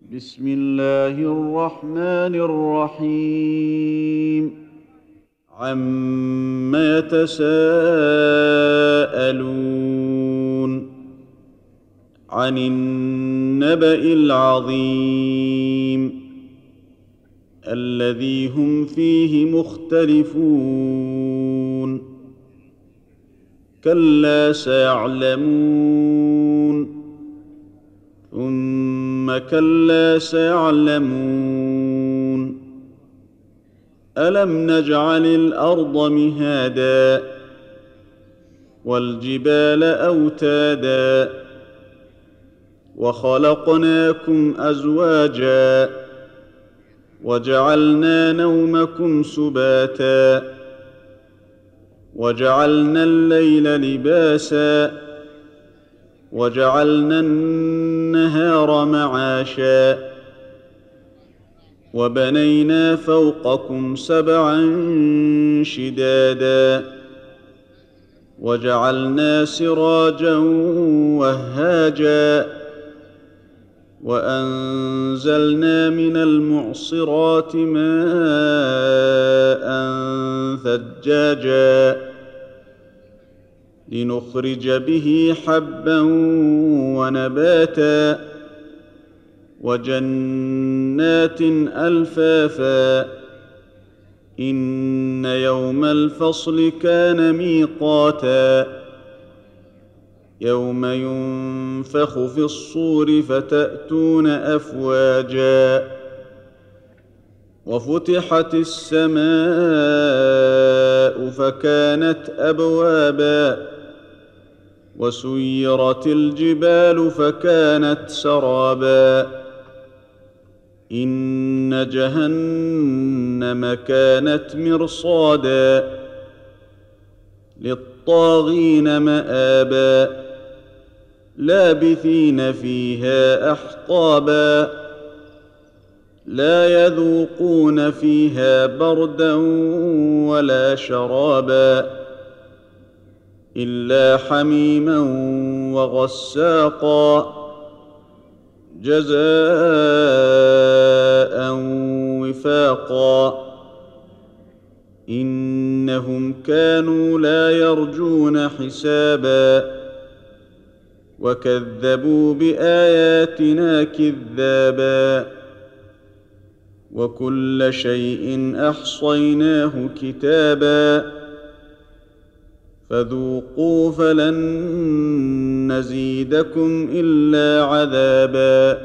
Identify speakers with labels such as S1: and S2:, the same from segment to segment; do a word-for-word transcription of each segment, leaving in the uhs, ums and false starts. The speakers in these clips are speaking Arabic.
S1: بسم الله الرحمن الرحيم عم يتساءلون عن النبأ العظيم الذي هم فيه مختلفون كلا سيعلمون ثم كلا سيعلمون ألم نجعل الأرض مهادا والجبال أوتادا وخلقناكم أزواجا وجعلنا نومكم سباتا وجعلنا الليل لباسا وجعلنا النهار معاشا وبنينا فوقكم سبعا شدادا وجعلنا سراجا وهاجا وأنزلنا من المعصرات ماء ثجاجا لنخرج به حبا ونباتا وجنات ألفافا إن يوم الفصل كان ميقاتا يوم ينفخ في الصور فتأتون أفواجا وفتحت السماء فكانت أبوابا وسيرت الجبال فكانت سرابا إن جهنم كانت مرصادا للطاغين مآبا لابثين فيها أحقابا لا يذوقون فيها بردا ولا شرابا إلا حميما وغساقا جزاء وفاقا إنهم كانوا لا يرجون حسابا وكذبوا بآياتنا كذابا وكل شيء أحصيناه كتابا فذوقوا فلن نزيدكم إلا عذابا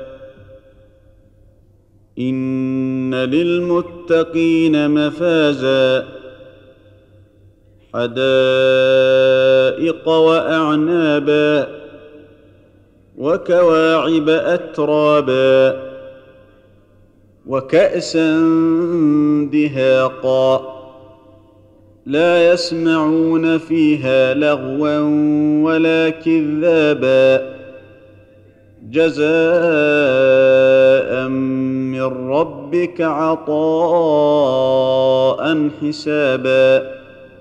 S1: إن للمتقين مفازا حدائق وأعنابا وكواعب أترابا وكأسا دهاقا لا يسمعون فيها لغوا ولا كذابا جزاء من ربك عطاء حسابا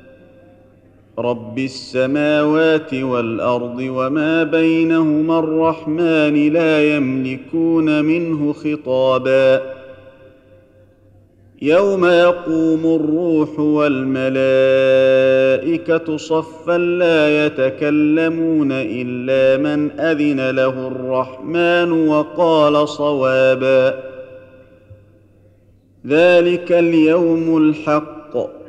S1: رب السماوات والأرض وما بينهما الرحمن لا يملكون منه خطابا يوم يقوم الروح والملائكة صفا لا يتكلمون إلا من أذن له الرحمن وقال صوابا ذلك اليوم الحق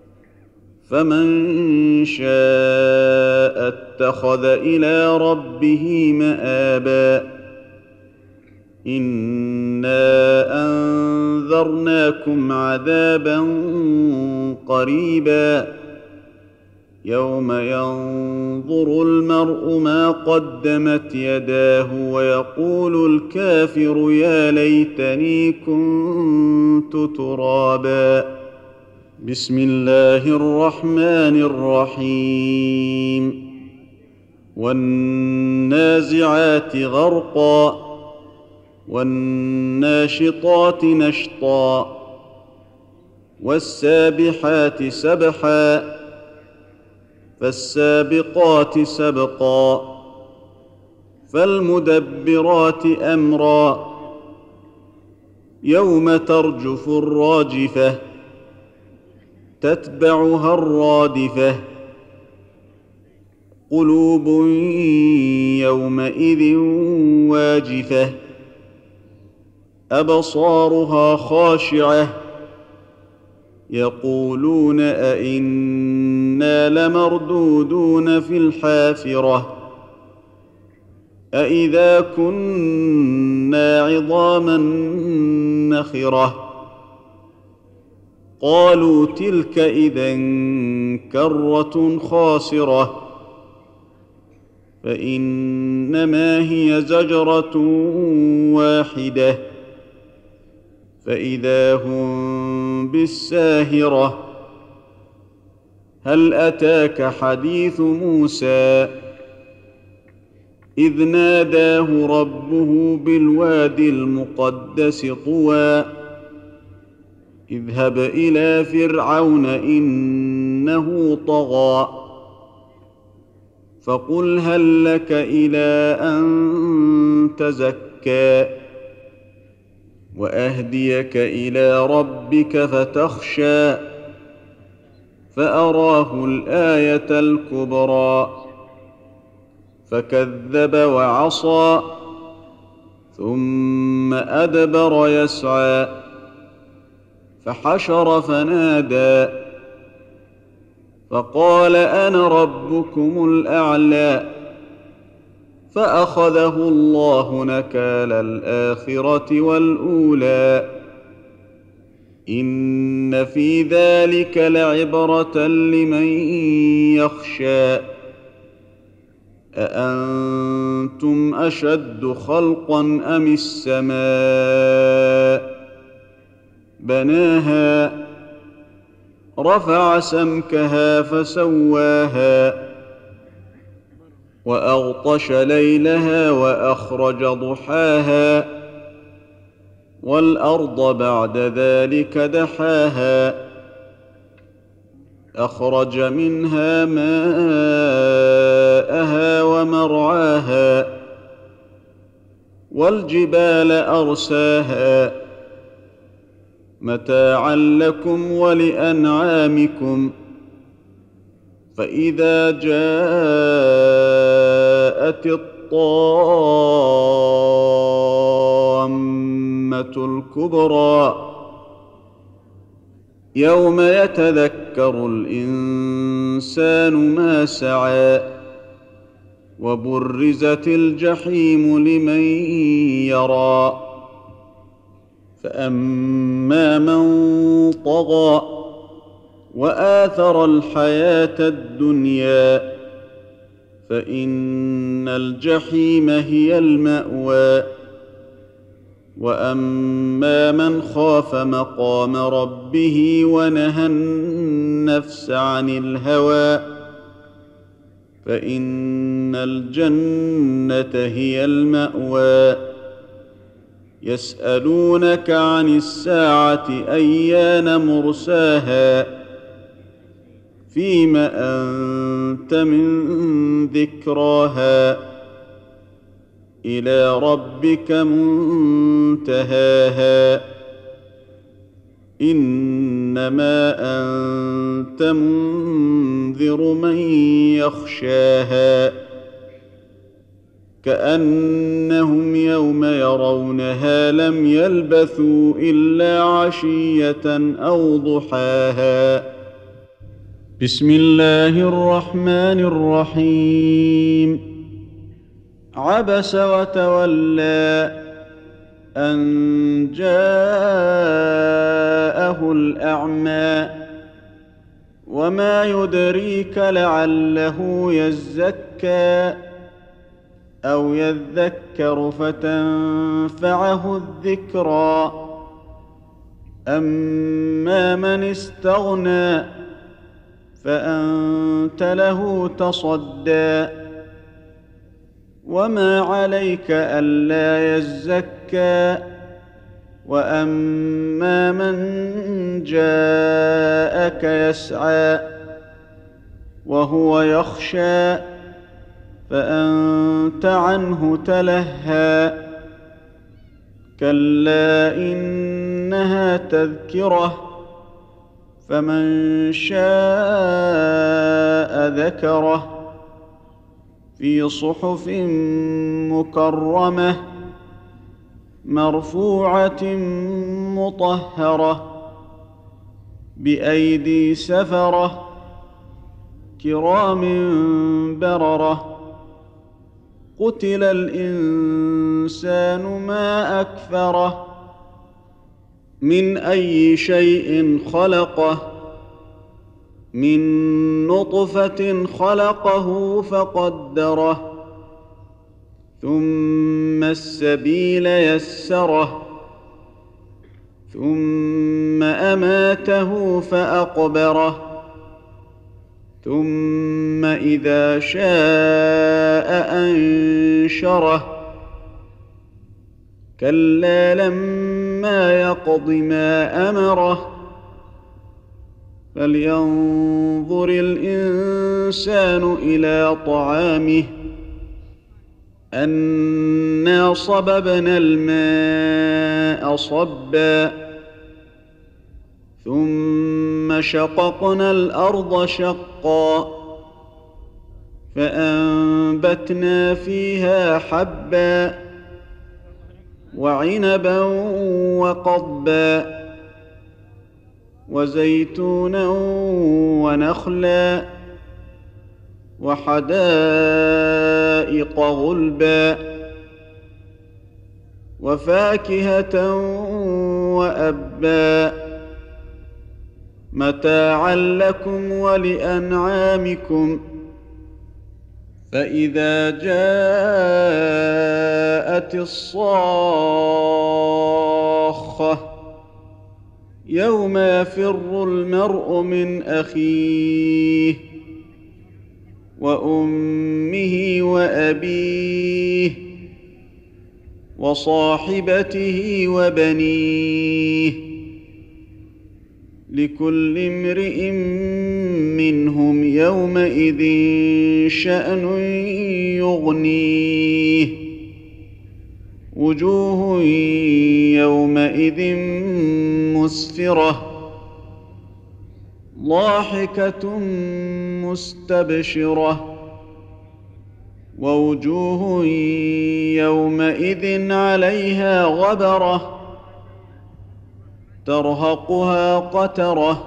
S1: فمن شاء اتخذ إلى ربه مآبا إنا أنذرناكم عذابا قريبا يوم ينظر المرء ما قدمت يداه ويقول الكافر يا ليتني كنت ترابا بسم الله الرحمن الرحيم والنازعات غرقا والناشطات نشطا والسابحات سبحا فالسابقات سبقا فالمدبرات أمرا يوم ترجف الراجفة تتبعها الرادفة قلوب يومئذ واجفة أبصارها خاشعة يقولون أئنا لمردودون في الحافرة أئذا كنا عظاما نخرة قالوا تلك إذا كرة خاسرة فإنما هي زجرة واحدة فإذا هم بالساهرة هل أتاك حديث موسى إذ ناداه ربه بالوادي المقدس طوى اذهب إلى فرعون إنه طغى فقل هل لك إلى أن تزكى وأهديك إلى ربك فتخشى فأراه الآية الكبرى فكذب وعصى ثم أدبر يسعى فحشر فنادى فقال أنا ربكم الأعلى فأخذه الله نكال الآخرة والأولى إن في ذلك لعبرة لمن يخشى أأنتم أشد خلقا أم السماء بناها رفع سمكها فسواها وأغطش ليلها وأخرج ضحاها والأرض بعد ذلك دحاها أخرج منها ماءها ومرعاها والجبال أرساها متاعا لكم ولأنعامكم فإذا جاءت الطامة الكبرى يوم يتذكر الإنسان ما سعى وبرزت الجحيم لمن يرى فأما من طغى وآثر الحياة الدنيا فإن الجحيم هي المأوى وأما من خاف مقام ربه ونهى النفس عن الهوى فإن الجنة هي المأوى يسألونك عن الساعة أيان مرساها فيم أنت من ذكراها إلى ربك منتهاها إنما أنت منذر من يخشاها كأنهم يوم يرونها لم يلبثوا إلا عشية أو ضحاها بسم الله الرحمن الرحيم عبس وتولى أن جاءه الأعمى وما يدريك لعله يزكى أو يذكر فتنفعه الذكرى أما من استغنى فأنت له تصدى وما عليك ألا يزكى وأما من جاءك يسعى وهو يخشى فأنت عنه تلهى كلا إنها تذكرة فمن شاء ذكره في صحف مكرمة مرفوعة مطهرة بأيدي سفرة كرام بررة قتل الإنسان ما أكفره من أي شيء خلقه من نطفة خلقه فقدره ثم السبيل يسره ثم أماته فأقبره ثم إذا شاء أنشره كلا لما يقض ما أمره فلينظر الإنسان إلى طعامه أنا صببنا الماء صبا ثم شققنا الأرض شقا فأنبتنا فيها حبا وعنبا وقضبا وزيتونا ونخلا وحدائق غلبا وفاكهة وأبا متاعا لكم ولأنعامكم فإذا جاءت الصاخة يوم يفر المرء من أخيه وأمه وأبيه وصاحبته وبنيه لكل امرئ منهم يومئذ شأن يغنيه وجوه يومئذ مسفرة ضاحكة مستبشرة ووجوه يومئذ عليها غبرة ترهقها قترة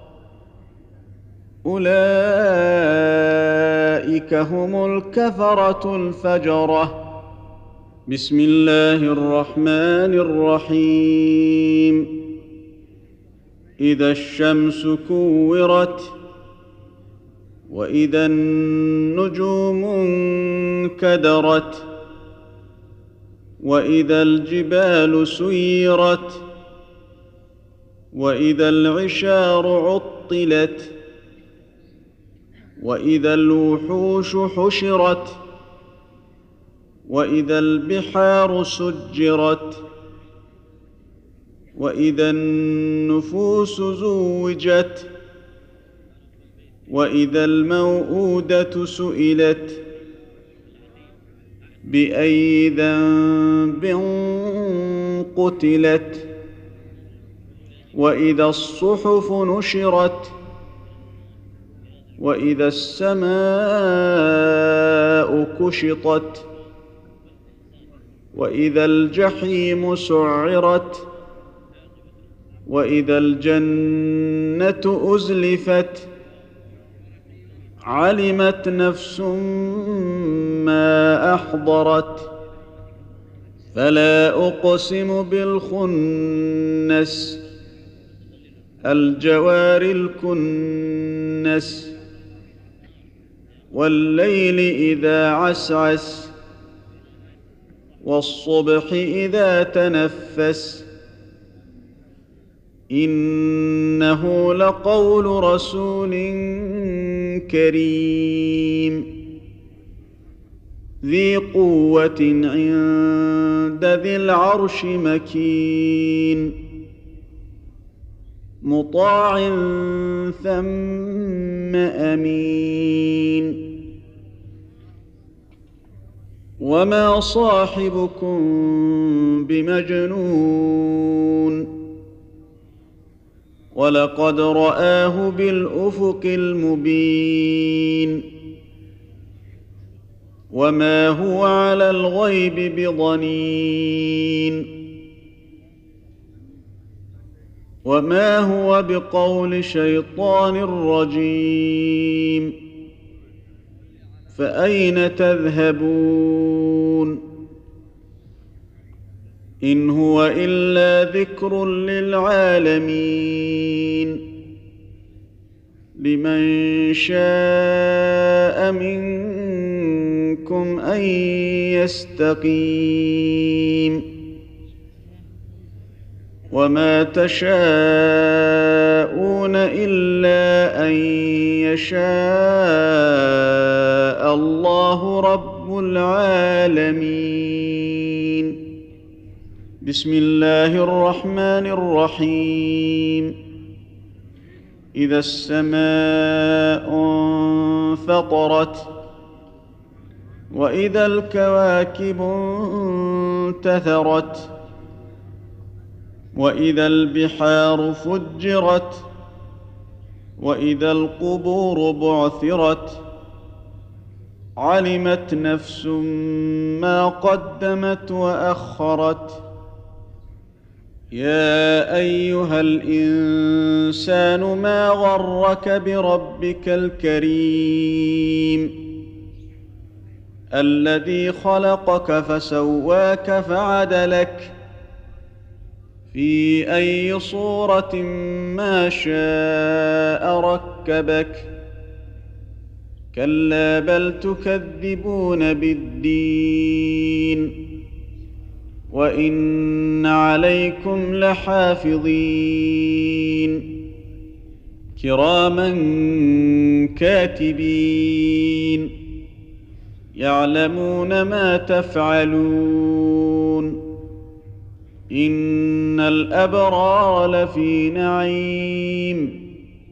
S1: أولئك هم الكفرة الفجرة بسم الله الرحمن الرحيم إذا الشمس كورت وإذا النجوم انكدرت وإذا الجبال سيرت وإذا العشار عطلت وإذا الوحوش حشرت وإذا البحار سجرت وإذا النفوس زوجت وإذا الموءودة سئلت بأي ذنب قتلت وإذا الصحف نشرت وإذا السماء كشطت وإذا الجحيم سعرت وإذا الجنة أزلفت علمت نفس ما أحضرت فلا أقسم بالخنس الجوار الكنس والليل إذا عسعس والصبح إذا تنفس إنه لقول رسول كريم ذي قوة عند ذي العرش مكين مطاع ثم أمين وما صاحبكم بمجنون ولقد رآه بالأفق المبين وما هو على الغيب بضنين وما هو بقول شيطان رجيم فأين تذهبون إن هو إلا ذكر للعالمين لمن شاء منكم أن يستقيم وما تشاءون إلا أن يشاء الله رب العالمين بسم الله الرحمن الرحيم إذا السماء انفطرت وإذا الكواكب انتثرت وإذا البحار فجرت وإذا القبور بعثرت علمت نفس ما قدمت وأخرت يا أيها الإنسان ما غرك بربك الكريم الذي خلقك فسواك فعدلك في أي صورة ما شاء ركبك كلا بل تكذبون بالدين وإن عليكم لحافظين كراما كاتبين يعلمون ما تفعلون إن الأبرار لفي نعيم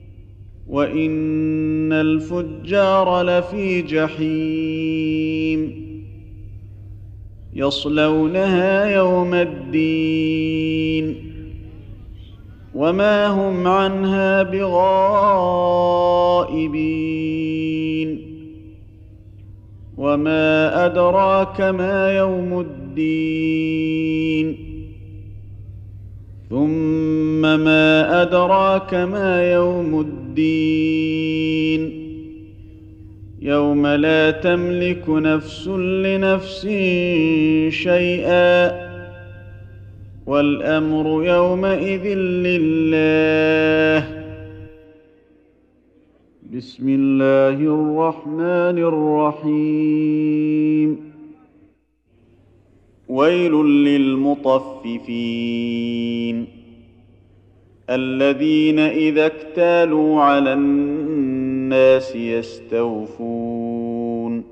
S1: وإن الفجار لفي جحيم يصلونها يوم الدين وما هم عنها بغائبين وما أدراك ما يوم الدين ثم ما أدراك ما يوم الدين يوم لا تملك نفس لنفس شيئا والأمر يومئذ لله بسم الله الرحمن الرحيم ويل للمطففين الذين إذا اكتالوا على الناس يستوفون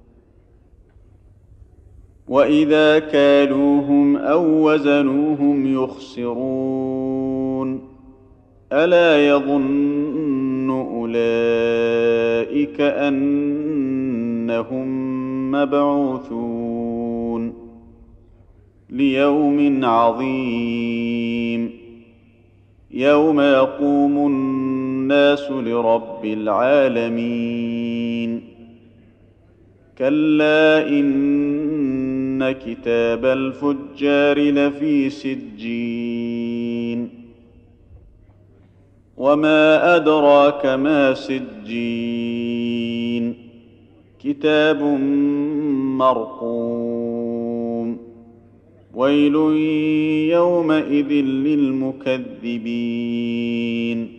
S1: وإذا كالوهم أو وزنوهم يخسرون ألا يظن أولئك أنهم مبعوثون ليوم عظيم يوم يقوم الناس لرب العالمين كلا إن كتاب الفجار لفي سجين وما أدراك ما سجين كتاب مرقوم ويل يومئذ للمكذبين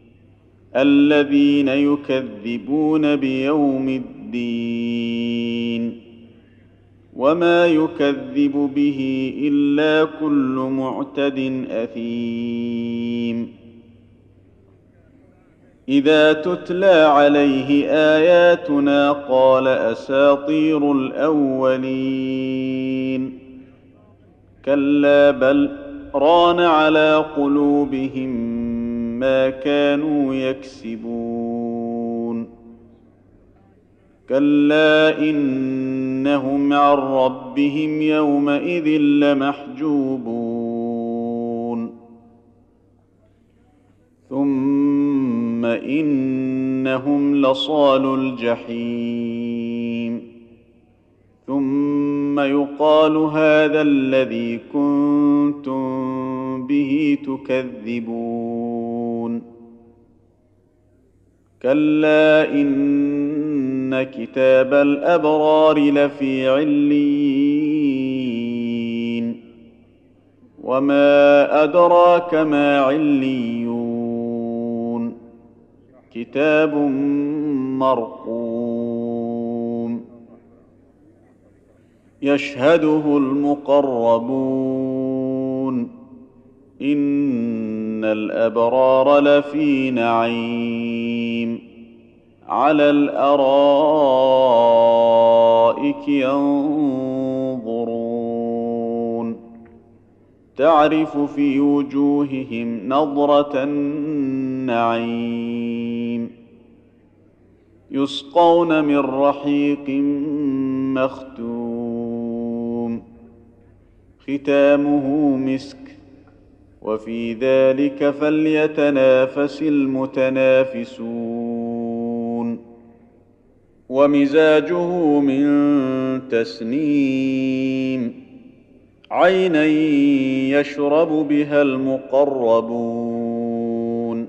S1: الذين يكذبون بيوم الدين وما يكذب به إلا كل معتد أثيم إذا تتلى عليه آياتنا قال أساطير الأولين كلا بل ران على قلوبهم ما كانوا يكسبون كلا إن إنهم عن ربهم يومئذ لمحجوبون ثم إنهم لصالو الجحيم ثم يقال هذا الذي كنتم به تكذبون كلا إن كتاب الأبرار لفي عليين وما أدراك ما عليون كتاب مرقوم يشهده المقربون إن الأبرار لفي نعيم على الأرائك ينظرون تعرف في وجوههم نضرة النعيم يسقون من رحيق مختوم ختامه مسك وفي ذلك فليتنافس المتنافسون ومزاجه من تسنيم عينا يشرب بها المقربون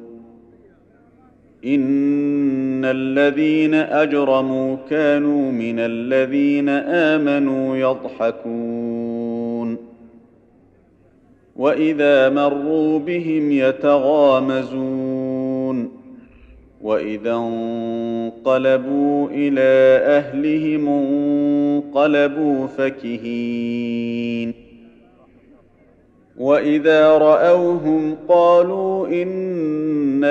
S1: إن الذين أجرموا كانوا من الذين آمنوا يضحكون وإذا مروا بهم يتغامزون وإذا انقلبوا إلى أهلهم انقلبوا فكهين وإذا رأوهم قالوا إن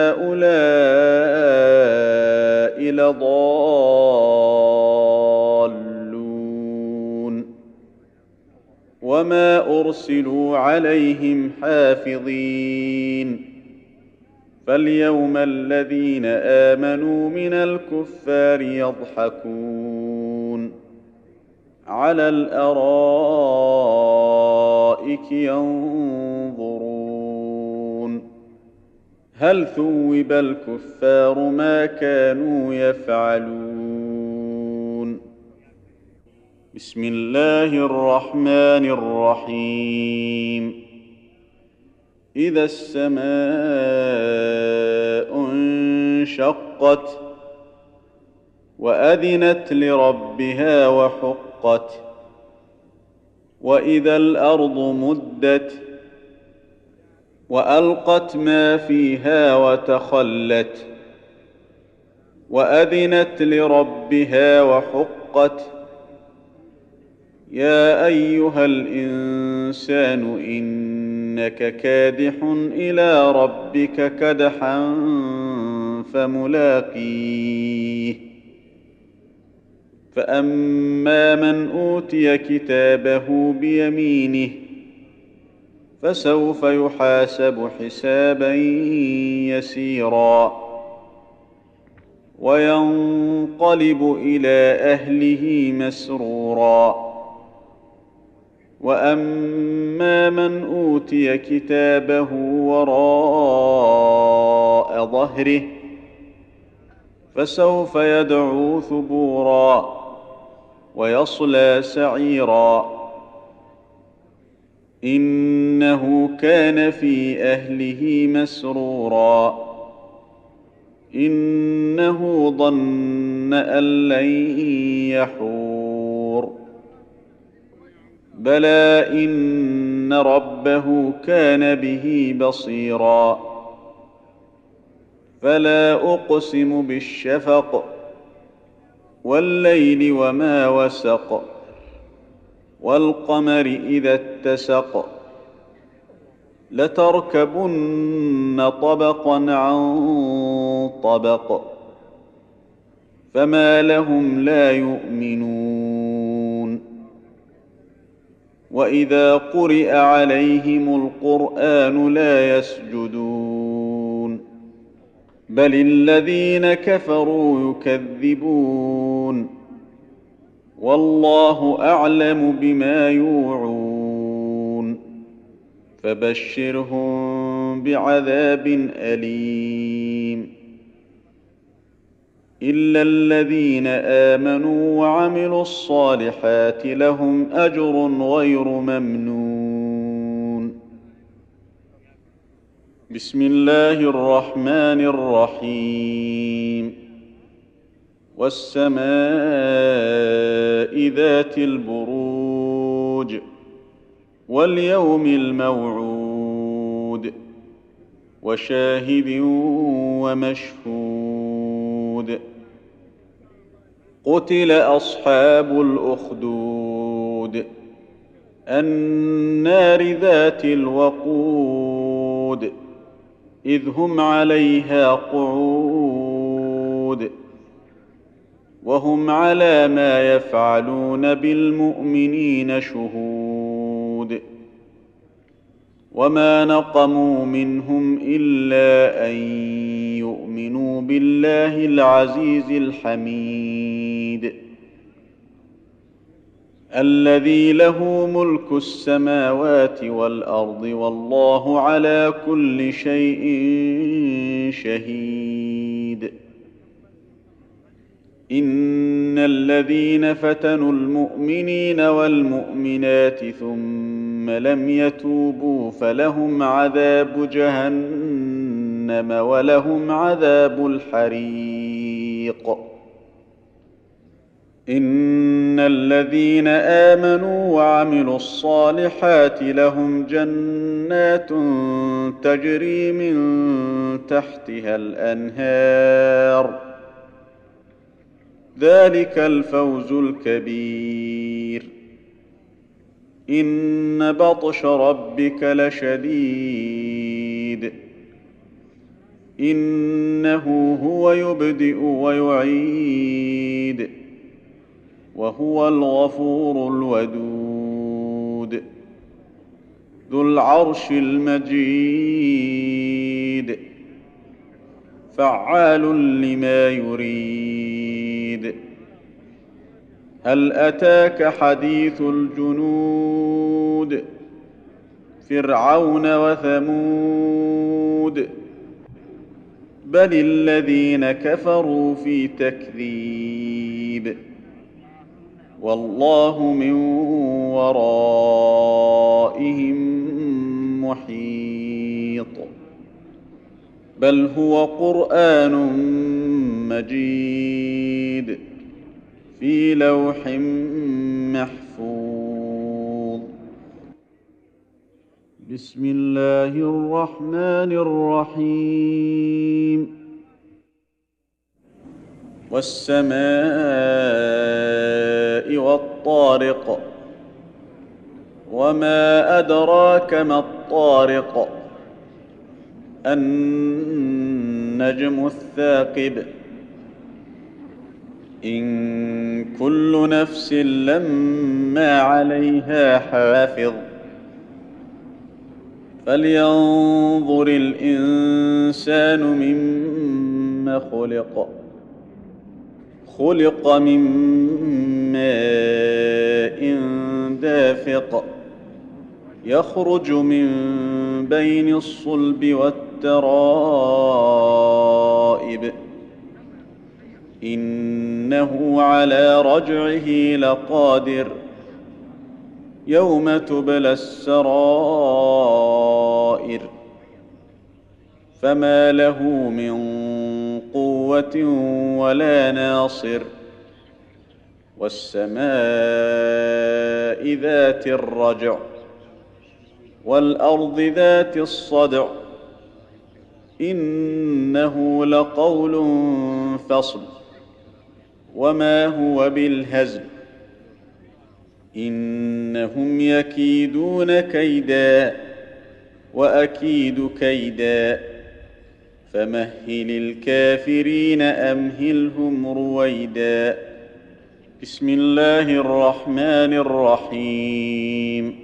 S1: هؤلاء لضالون وما أرسلوا عليهم حافظين فاليوم الذين آمنوا من الكفار يضحكون على الأرائك ينظرون هل ثوب الكفار ما كانوا يفعلون بسم الله الرحمن الرحيم إذا السماء انشقت وأذنت لربها وحقت وإذا الأرض مدت وألقت ما فيها وتخلت وأذنت لربها وحقت يا أيها الإنسان إنك كادح إلى ربك كدحا فملاقيه فأما من أوتي كتابه بيمينه فسوف يحاسب حسابا يسيرا وينقلب إلى أهله مسرورا وأما من أوتي كتابه وراء ظهره فسوف يدعو ثبورا ويصلى سعيرا إنه كان في أهله مسرورا إنه ظن أن لن يحور بلى إن ربه كان به بصيرا فلا أقسم بالشفق والليل وما وسق والقمر إذا اتسق لتركبن طبقا عن طبق فما لهم لا يؤمنون وإذا قرئ عليهم القرآن لا يسجدون بل الذين كفروا يكذبون والله أعلم بما يوعون فبشرهم بعذاب أليم إلا الذين آمنوا وعملوا الصالحات لهم أجر غير ممنون. بسم الله الرحمن الرحيم. والسماء ذات البروج واليوم الموعود وشاهد ومشهود. قتل أصحاب الأخدود النار ذات الوقود إذ هم عليها قعود وهم على ما يفعلون بالمؤمنين شهود. وما نقموا منهم إلا أن يؤمنوا بالله العزيز الحميد الذي له ملك السماوات والأرض والله على كل شيء شهيد. إن الذين فتنوا المؤمنين والمؤمنات ثم لم يتوبوا فلهم عذاب جهنم ولهم عذاب الحريق. إن الذين آمنوا وعملوا الصالحات لهم جنات تجري من تحتها الأنهار ذلك الفوز الكبير. إن بطش ربك لشديد إنه هو يبدئ ويعيد وهو الغفور الودود ذو العرش المجيد فعال لما يريد. هل أتاك حديث الجنود فرعون وثمود بل الذين كفروا في تكذيب والله من ورائهم محيط. بل هو قرآن مجيد في لوح محفوظ. بسم الله الرحمن الرحيم. والسماء والطارق وما أدراك ما الطارق النجم الثاقب إن كل نفس لما عليها حافظ فلينظر الإنسان مما خلق خلق من ماء دافق يخرج من بين الصلب والترائب إنه على رجعه لقادر يوم تبلى السرائر فما له من قوة ولا ناصر. والسماء ذات الرجع والأرض ذات الصدع إنه لقول فصل وما هو بالهزل إنهم يكيدون كيدا وأكيد كيدا فمهل الكافرين أمهلهم رويدا. بسم الله الرحمن الرحيم.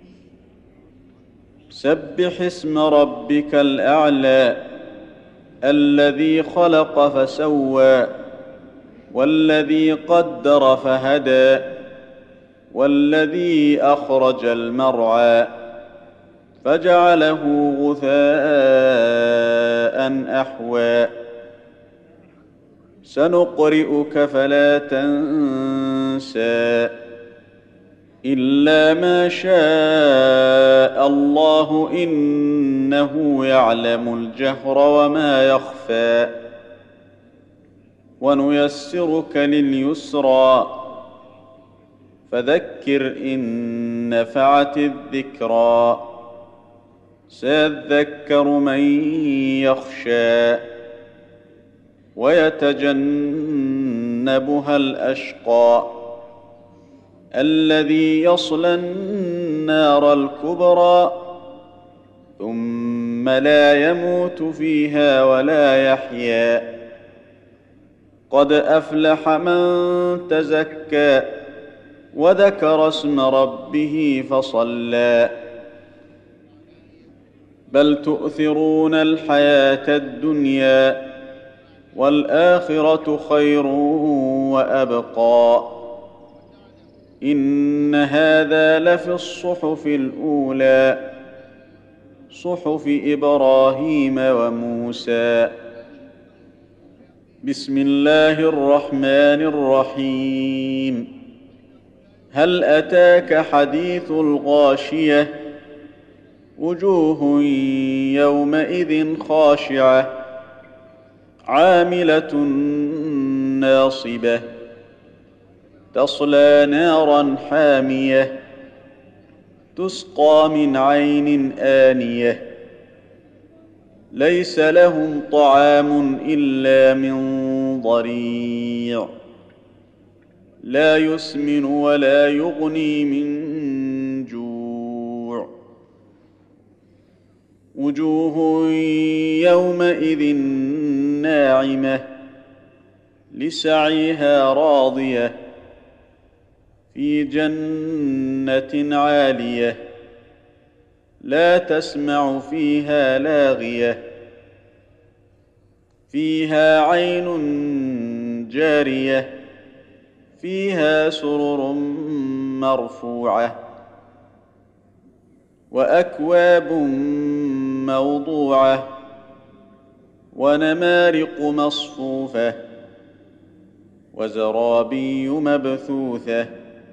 S1: سبح اسم ربك الأعلى الذي خلق فسوى والذي قدر فهدى والذي أخرج المرعى فجعله غثاء أحوى سنقرئك فلا تنسى إلا ما شاء الله إنه يعلم الجهر وما يخفى ونيسرك لليسرى فذكر إن نفعت الذكرى سيذكر من يخشى ويتجنبها الأشقى الذي يصلى النار الكبرى ثم لا يموت فيها ولا يحيا قد أفلح من تزكى وذكر اسم ربه فصلى بل تؤثرون الحياة الدنيا والآخرة خير وأبقى إن هذا لفي الصحف الأولى صحف إبراهيم وموسى بسم الله الرحمن الرحيم هل أتاك حديث الغاشية وجوه يومئذ خاشعة عاملة ناصبة تصلى نارا حامية تسقى من عين آنية ليس لهم طعام إلا من ضريع لا يسمن ولا يغني من جوع وجوه يومئذ ناعمة لسعيها راضية في جنة عالية لا تسمع فيها لاغية فيها عين جارية فيها سرر مرفوعة وأكواب موضوعة ونمارق مصفوفة وزرابي مبثوثة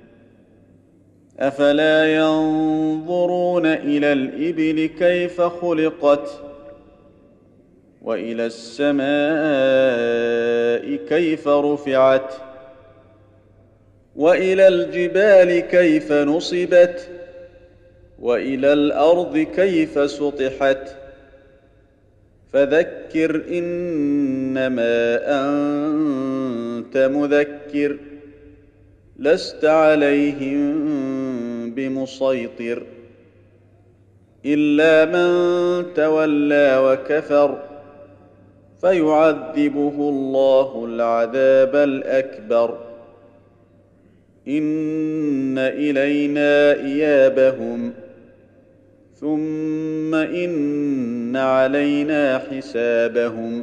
S1: أفلا ينظرون إلى الإبل كيف خلقت وإلى السماء كيف رفعت وإلى الجبال كيف نصبت وإلى الأرض كيف سطحت فذكر إنما أنت مذكر لست عليهم بمسيطر إلا من تولى وكفر فيعذبه الله العذاب الأكبر إن إلينا إيابهم ثم إن علينا حسابهم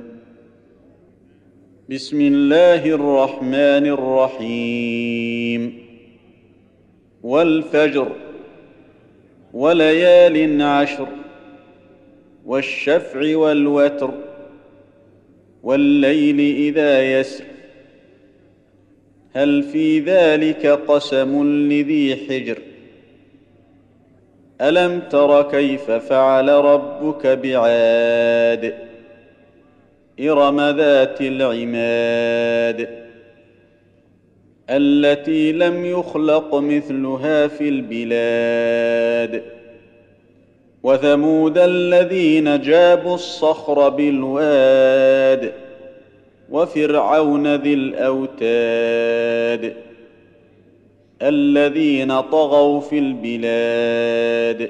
S1: بسم الله الرحمن الرحيم والفجر وليال عشر والشفع والوتر والليل إذا يسر هل في ذلك قسم لذي حجر ألم تر كيف فعل ربك بعاد إرم ذات العماد التي لم يخلق مثلها في البلاد وثمود الذين جابوا الصخر بالواد وفرعون ذي الأوتاد الذين طغوا في البلاد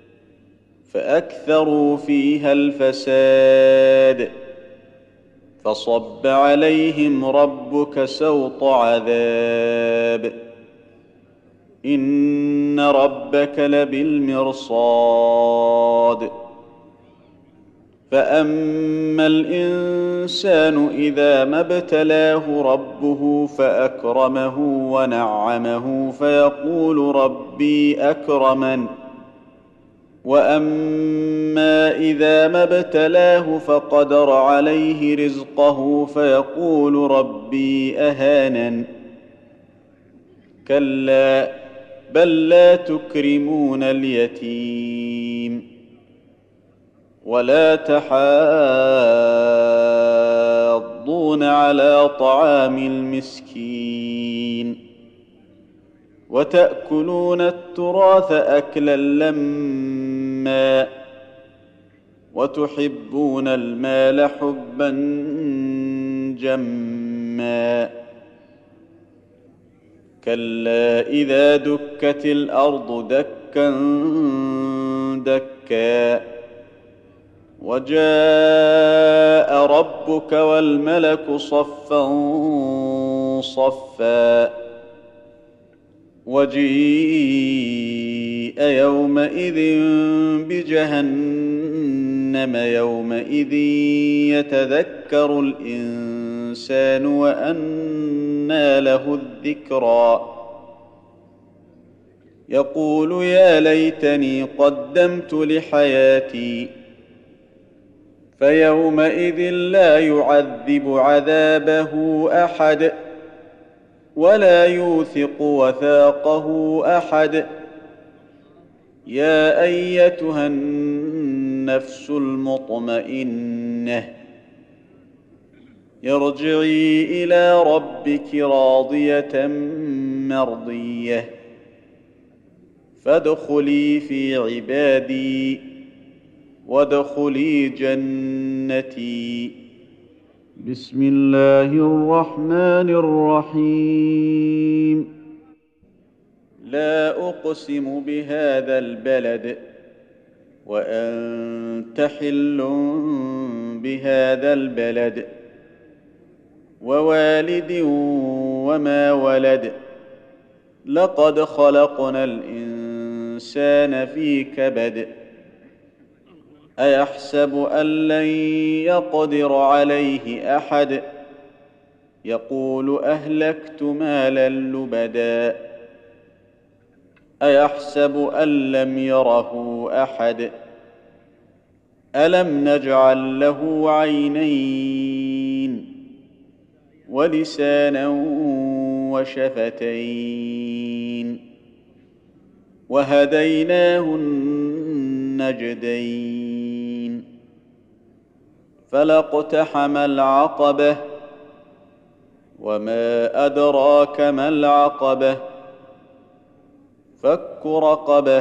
S1: فأكثروا فيها الفساد فصب عليهم ربك سوط عذاب إن ربك لبالمرصاد فأما الإنسان إذا ما ابتلاه ربه فأكرمه ونعمه فيقول ربي أكرمن وأما إذا ما ابتلاه فقدر عليه رزقه فيقول ربي أهانن كلا بل لا تكرمون اليتيم ولا تحاضون على طعام المسكين وتأكلون التراث أكلا لما وتحبون المال حبا جما كلا إذا دكت الأرض دكا دكا وجاء ربك والملك صفا صفا وجيء يومئذ بجهنم يومئذ يتذكر الإنسان وأنى له الذكرى يقول يا ليتني قدمت لحياتي فيومئذ لا يعذب عذابه أحد ولا يوثق وثاقه أحد يا أيتها النفس المطمئنة ارجعي إلى ربك راضية مرضية فادخلي في عبادي وادخلي جنتي. بسم الله الرحمن الرحيم. لا أقسم بهذا البلد وأنت حل بهذا البلد ووالد وما ولد لقد خلقنا الإنسان في كبد أيحسب أن لن يقدر عليه أحد يقول أهلكت مالا لبدا أيحسب أن لم يره أحد ألم نجعل له عينين ولسانا وشفتين وهديناه النجدين فلاقتحم العقبة وما أدراك ما العقبة فك رقبة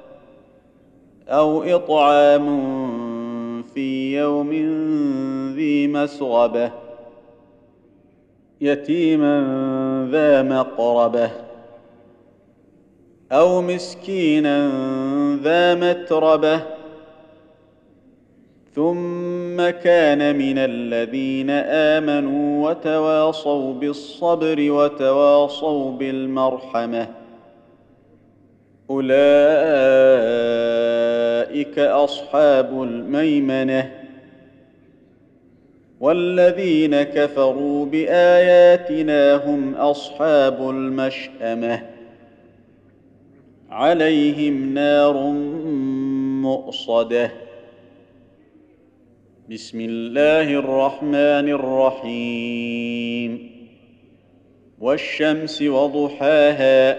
S1: أو إطعام في يوم ذي مسغبة يتيما ذا مقربة أو مسكينا ذا متربة ثم كان من الذين آمنوا وتواصوا بالصبر وتواصوا بالمرحمة أولئك أصحاب الميمنة والذين كفروا بآياتنا هم أصحاب المشأمة عليهم نار مؤصدة. بسم الله الرحمن الرحيم. والشمس وضحاها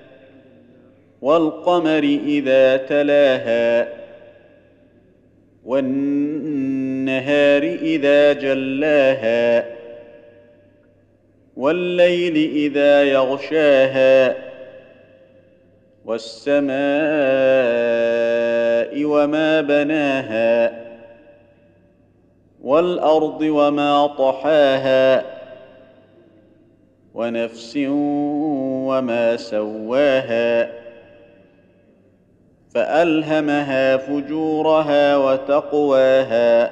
S1: والقمر إذا تلاها والنهار إذا جلاها والليل إذا يغشاها والسماء وما بناها والأرض وما طحاها ونفس وما سواها فألهمها فجورها وتقواها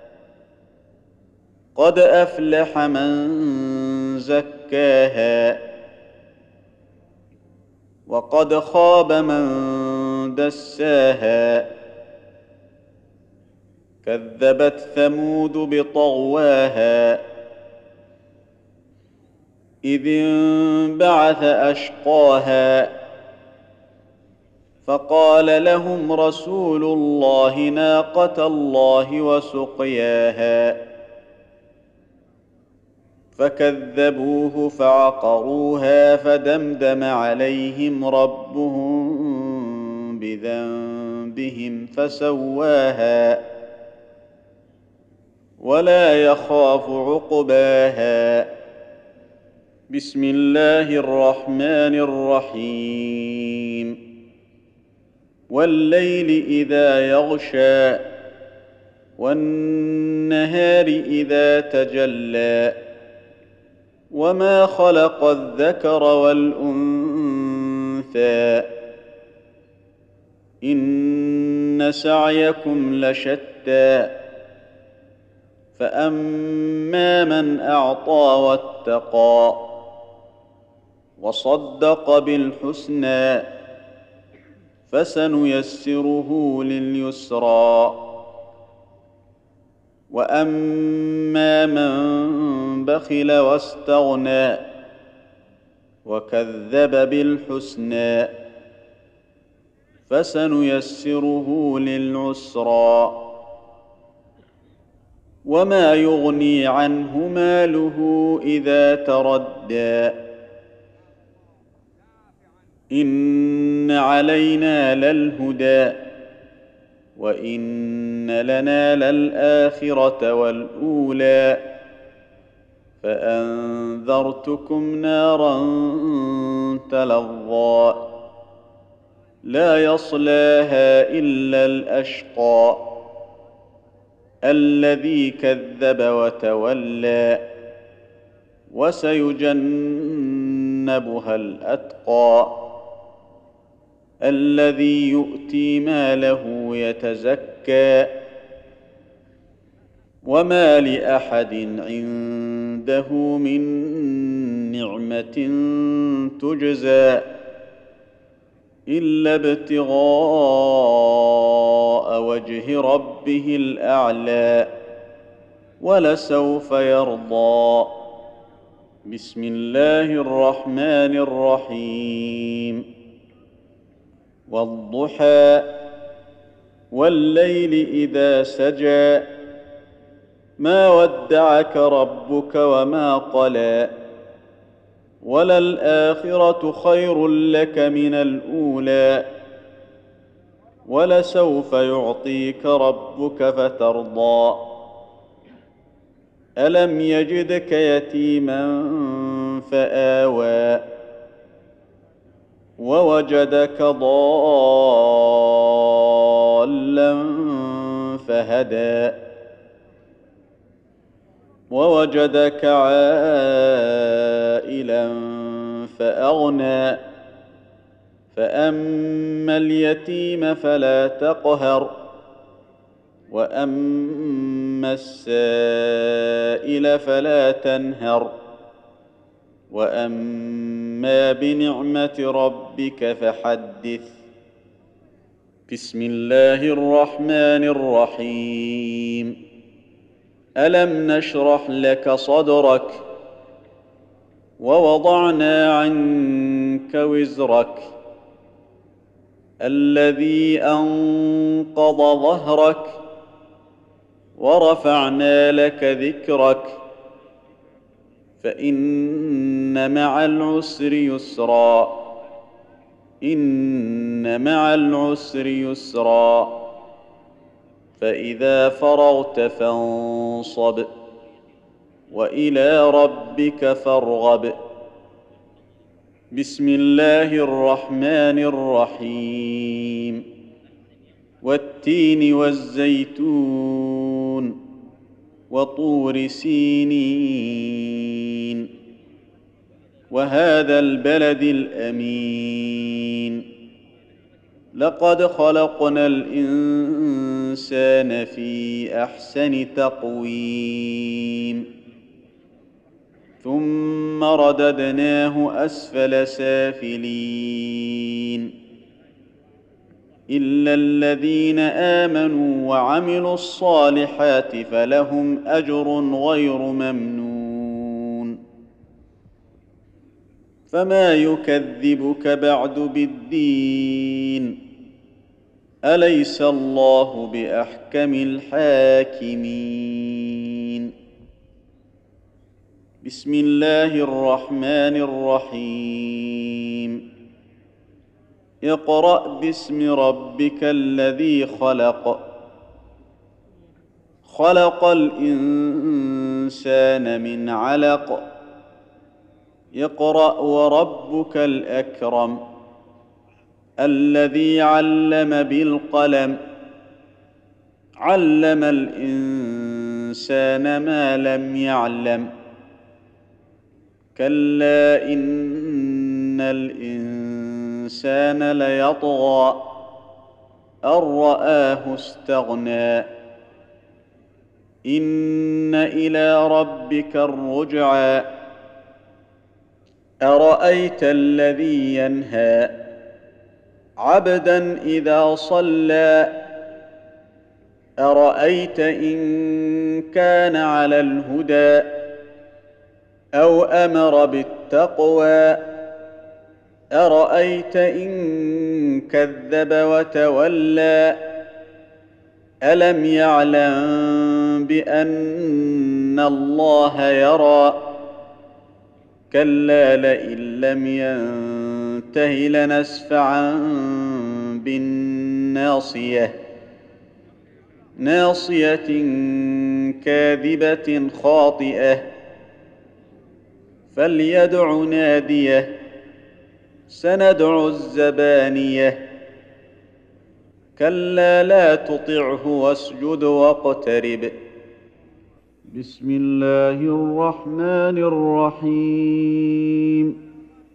S1: قد أفلح من زكاها وقد خاب من دساها كذبت ثمود بطغواها إذ انبعث أشقاها فقال لهم رسول الله ناقة الله وسقياها فكذبوه فعقروها فدمدم عليهم ربهم بذنبهم فسواها ولا يخاف عقباها. بسم الله الرحمن الرحيم والليل إذا يغشى والنهار إذا تجلى وما خلق الذكر والأنثى إن سعيكم لشتى فأما من أعطى واتقى وصدق بالحسنى فسنيسره لليسرى وأما من بخل واستغنى وكذب بالحسنى فسنيسره للعسرى وما يغني عنه ماله إذا تردى إن علينا للهدى وإن لنا للآخرة والأولى فأنذرتكم نارا تلظى لا يصلاها إلا الأشقى الذي كذب وتولى وسيجنبها الأتقى الذي يؤتي ماله يتزكى وما لأحد عنده من نعمة تجزى إلا ابتغاء وجه ربه الأعلى ولسوف يرضى. بسم الله الرحمن الرحيم والضحى والليل إذا سجى ما ودعك ربك وما قلى وللآخرة خير لك من الأولى ولسوف يعطيك ربك فترضى ألم يجدك يتيما فآوى ووجدك ضالا فهدى ووجدك عائلا فأغنى فأما اليتيم فلا تقهر وأما السائل فلا تنهر وأما بنعمة ربك فحدث. بسم الله الرحمن الرحيم ألم نشرح لك صدرك ووضعنا عنك وزرك الذي أنقض ظهرك ورفعنا لك ذكرك فإن مع العسر يسرا إن مع العسر يسرا فإذا فرغت فانصب وإلى ربك فارغب. بسم الله الرحمن الرحيم والتين والزيتون وطور سينين وهذا البلد الأمين لقد خلقنا الإنسان في أحسن تقويم ثم رددناه أسفل سافلين إلا الذين آمنوا وعملوا الصالحات فلهم أجر غير ممنون. فما يكذبك بعد بالدين؟ أليس الله بأحكم الحاكمين؟ بسم الله الرحمن الرحيم. اقرأ باسم ربك الذي خلق خلق الإنسان من علق اقرأ وربك الأكرم الذي علم بالقلم علم الإنسان ما لم يعلم كلا إن الإنسان ليطغى أن رآه استغنى إن إلى ربك الرجعى أرأيت الذي ينهى عبدا إذا صلى أرأيت إن كان على الهدى أو أمر بالتقوى أرأيت إن كذب وتولى ألم يعلم بأن الله يرى كلا لئن لم ينته لنسفعا بالناصية ناصية كاذبة خاطئة فليدع ناديه سندع الزبانية كلا لا تطعه واسجد واقترب. بسم الله الرحمن الرحيم.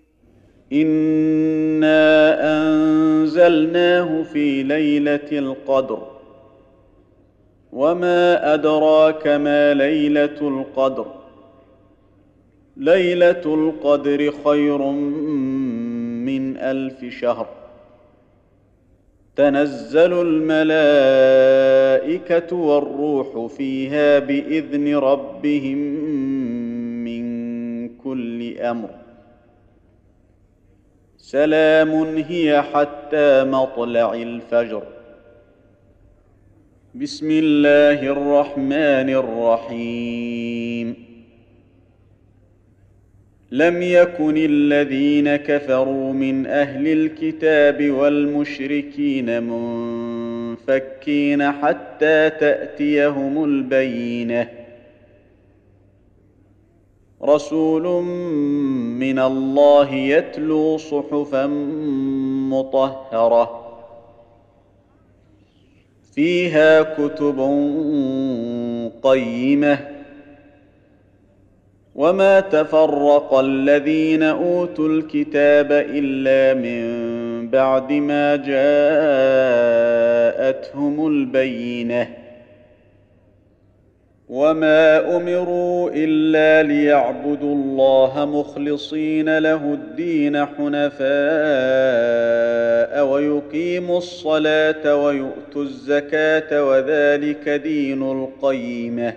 S1: إنا أنزلناه في ليلة القدر وما أدراك ما ليلة القدر ليلة القدر خير من ألف شهر تنزل الملائكة والروح فيها بإذن ربهم من كل أمر سلام هي حتى مطلع الفجر. بسم الله الرحمن الرحيم. لم يكن الذين كفروا من أهل الكتاب والمشركين منفكين حتى تأتيهم البينة رسول من الله يتلو صحفا مطهرة فيها كتب قيمة وما تفرق الذين أوتوا الكتاب إلا من بعد ما جاءتهم البينة وما أمروا إلا ليعبدوا الله مخلصين له الدين حنفاء ويقيموا الصلاة ويؤتوا الزكاة وذلك دين القيمة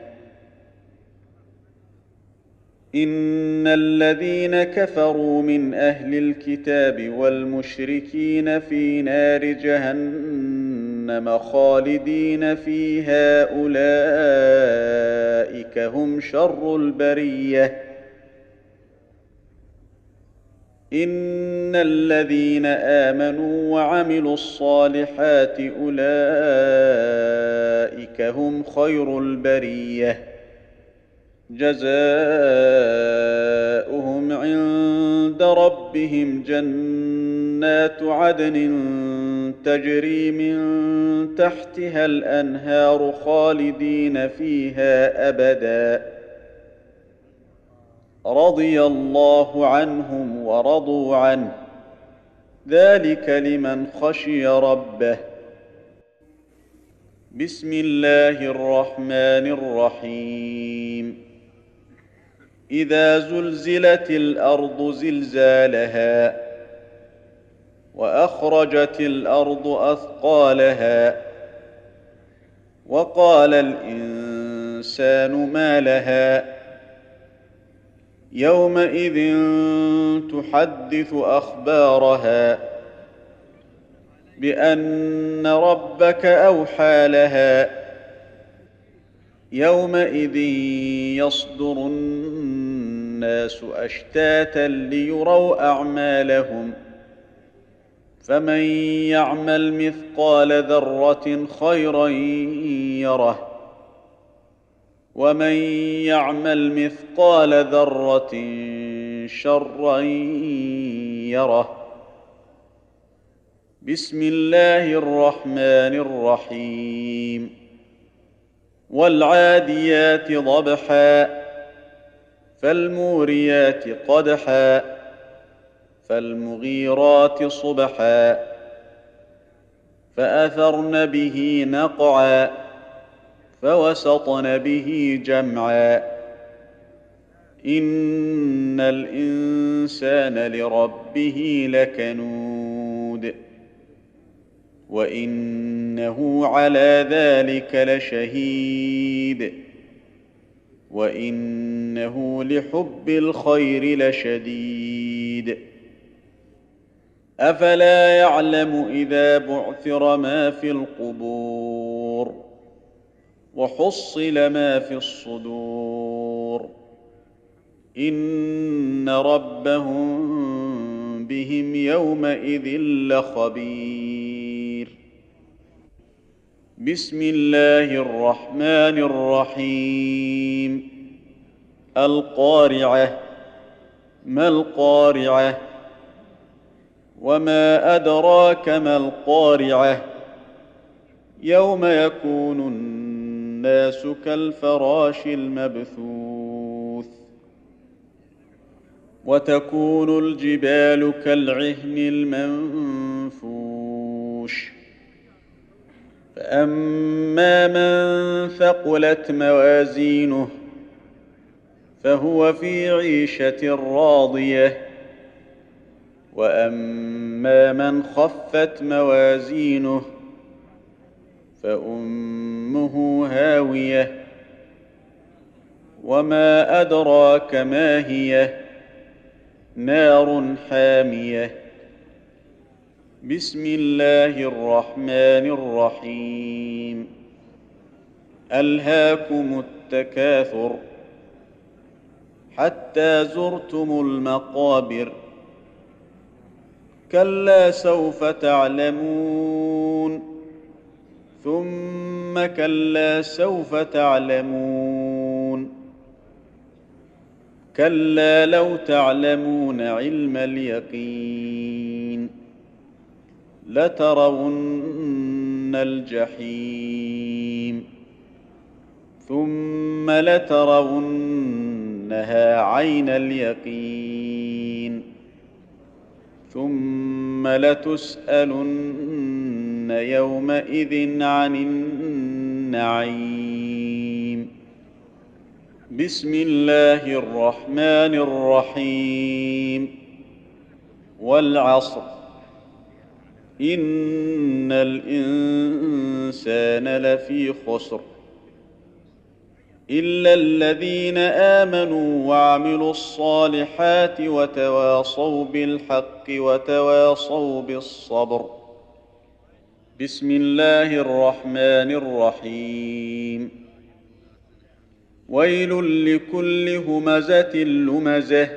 S1: إن الذين كفروا من أهل الكتاب والمشركين في نار جهنم خالدين فيها أولئك هم شر البرية إن الذين آمنوا وعملوا الصالحات أولئك هم خير البرية جزاؤهم عند ربهم جنات عدن تجري من تحتها الأنهار خالدين فيها أبدا رضي الله عنهم ورضوا عنه ذلك لمن خشي ربه. بسم الله الرحمن الرحيم. إذا زلزلت الأرض زلزالها وأخرجت الأرض أثقالها وقال الإنسان ما لها يومئذ تحدث أخبارها بأن ربك أوحى لها يومئذ يصدر الناس أشتاتا ليروا أعمالهم فمن يعمل مثقال ذرة خيرا يره ومن يعمل مثقال ذرة شرا يره. بسم الله الرحمن الرحيم. والعاديات ضبحا فالموريات قدحا فالمغيرات صبحا فأثرن به نقعا فوسطن به جمعا إن الإنسان لربه لكنود وإنه على ذلك لشهيد وإنه لحب الخير لشديد. أفلا يعلم إذا بعثر ما في القبور وحصل ما في الصدور إن ربهم بهم يومئذ لخبير. بسم الله الرحمن الرحيم. القارعة ما القارعة وما أدراك ما القارعة يوم يكون الناس كالفراش المبثوث وتكون الجبال كالعهن المنفوش فأما من ثقلت موازينه فهو في عيشة راضية وأما من خفت موازينه فأمه هاوية وما أدراك ما هي نار حامية. بسم الله الرحمن الرحيم. ألهاكم التكاثر حتى زرتم المقابر كلا سوف تعلمون ثم كلا سوف تعلمون كلا لو تعلمون علم اليقين لترون الجحيم ثم لترونها عين اليقين ثم لتسألن يومئذ عن النعيم. بسم الله الرحمن الرحيم. والعصر إن الإنسان لفي خسر إلا الذين آمنوا وعملوا الصالحات وتواصوا بالحق وتواصوا بالصبر. بسم الله الرحمن الرحيم. ويل لكل همزة لمزة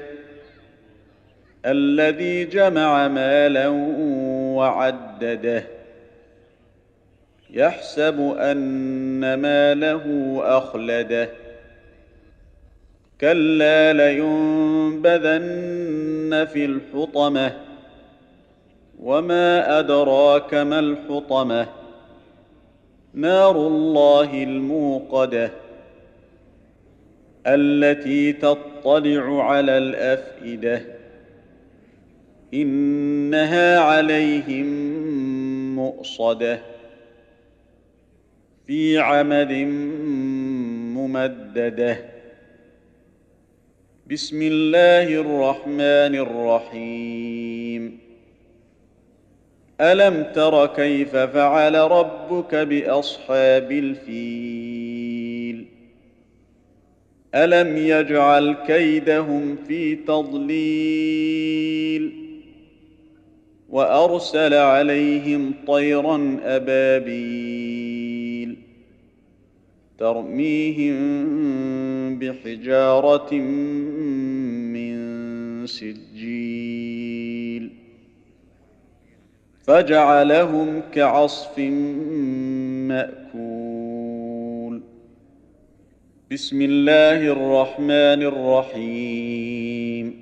S1: الذي جمع مالا وعدده يحسب أن ماله أخلده كلا لينبذن في الحطمة وما أدراك ما الحطمة نار الله الموقدة التي تطلع على الأفئدة إنها عليهم مؤصدة في عمد ممددة. بسم الله الرحمن الرحيم. ألم تر كيف فعل ربك بأصحاب الفيل ألم يجعل كيدهم في تضليل وأرسل عليهم طيرا أبابيل ترميهم بحجارة من سجيل فجعلهم كعصف مأكول بسم الله الرحمن الرحيم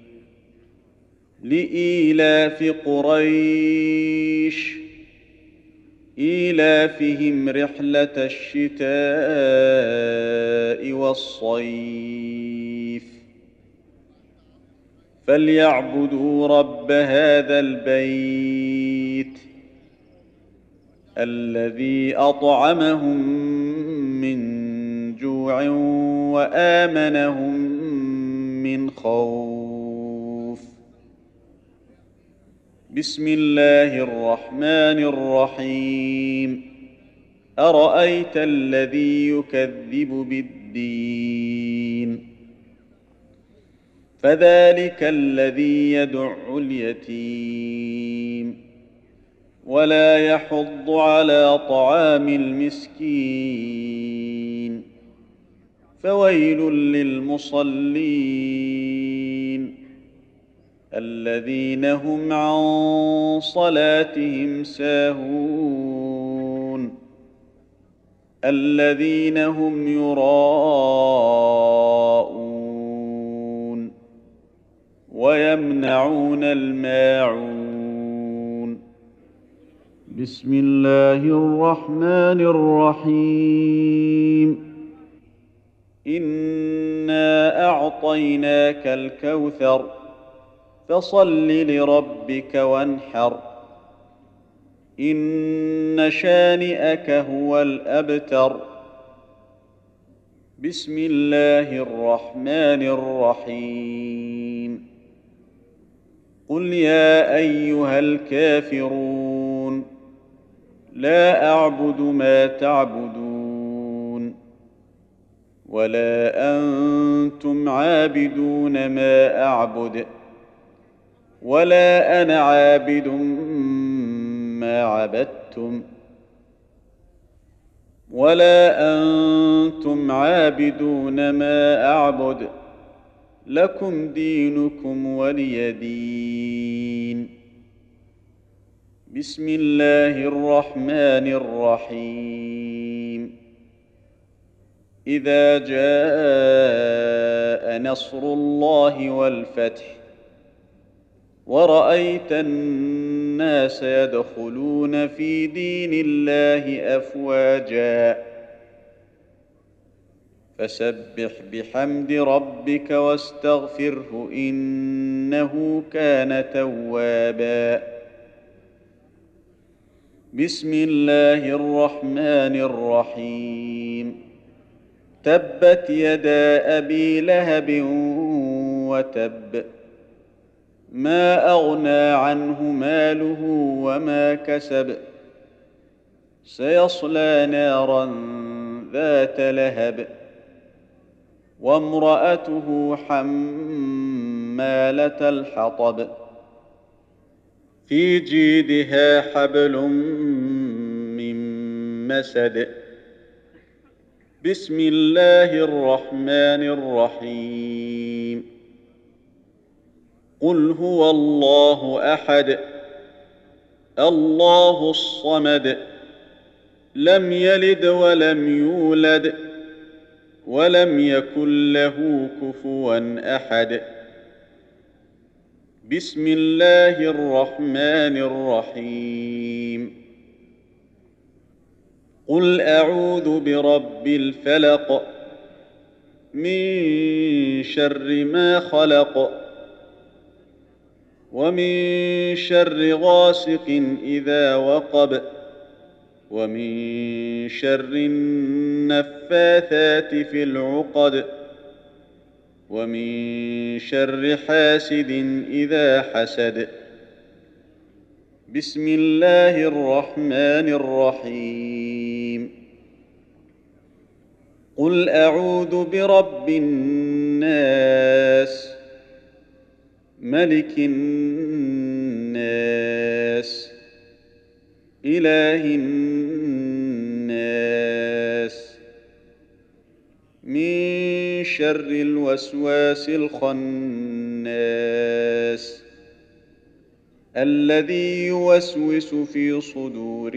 S1: لإيلاف قريش إيلافهم رحلة الشتاء والصيف فليعبدوا رب هذا البيت الذي أطعمهم من جوع وآمنهم من خوف بسم الله الرحمن الرحيم أرأيت الذي يكذب بالدين فذلك الذي يدع اليتيم ولا يحض على طعام المسكين فويل للمصلين الذين هم عن صلاتهم ساهون الذين هم يراءون ويمنعون الماعون بسم الله الرحمن الرحيم إنا أعطيناك الكوثر فصل لربك وانحر إن شانئك هو الأبتر بسم الله الرحمن الرحيم قل يا أيها الكافرون لا أعبد ما تعبدون ولا أنتم عابدون ما أعبد ولا أنا عابد ما عبدتم ولا أنتم عابدون ما أعبد لكم دينكم ولي دين بسم الله الرحمن الرحيم إذا جاء نصر الله والفتح ورأيت الناس يدخلون في دين الله أفواجا فسبح بحمد ربك واستغفره إنه كان توابا بسم الله الرحمن الرحيم تبت يدا أبي لهب وتب ما أغنى عنه ماله وما كسب سيصلى نارا ذات لهب وامرأته حمالة الحطب في جيدها حبل من مسد بسم الله الرحمن الرحيم قل هو الله أحد الله الصمد لم يلد ولم يولد ولم يكن له كفوا أحد بسم الله الرحمن الرحيم قل أعوذ برب الفلق من شر ما خلق ومن شر غاسق إذا وقب ومن شر النفاثات في العقد ومن شر حاسد إذا حسد بسم الله الرحمن الرحيم قل أعوذ برب الناس ملك الناس إله الناس من شر الوسواس الخناس الذي يوسوس في صدور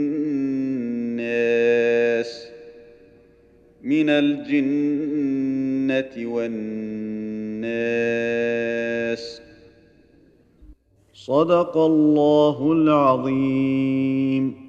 S1: الناس من الجنة والناس. صدق الله العظيم.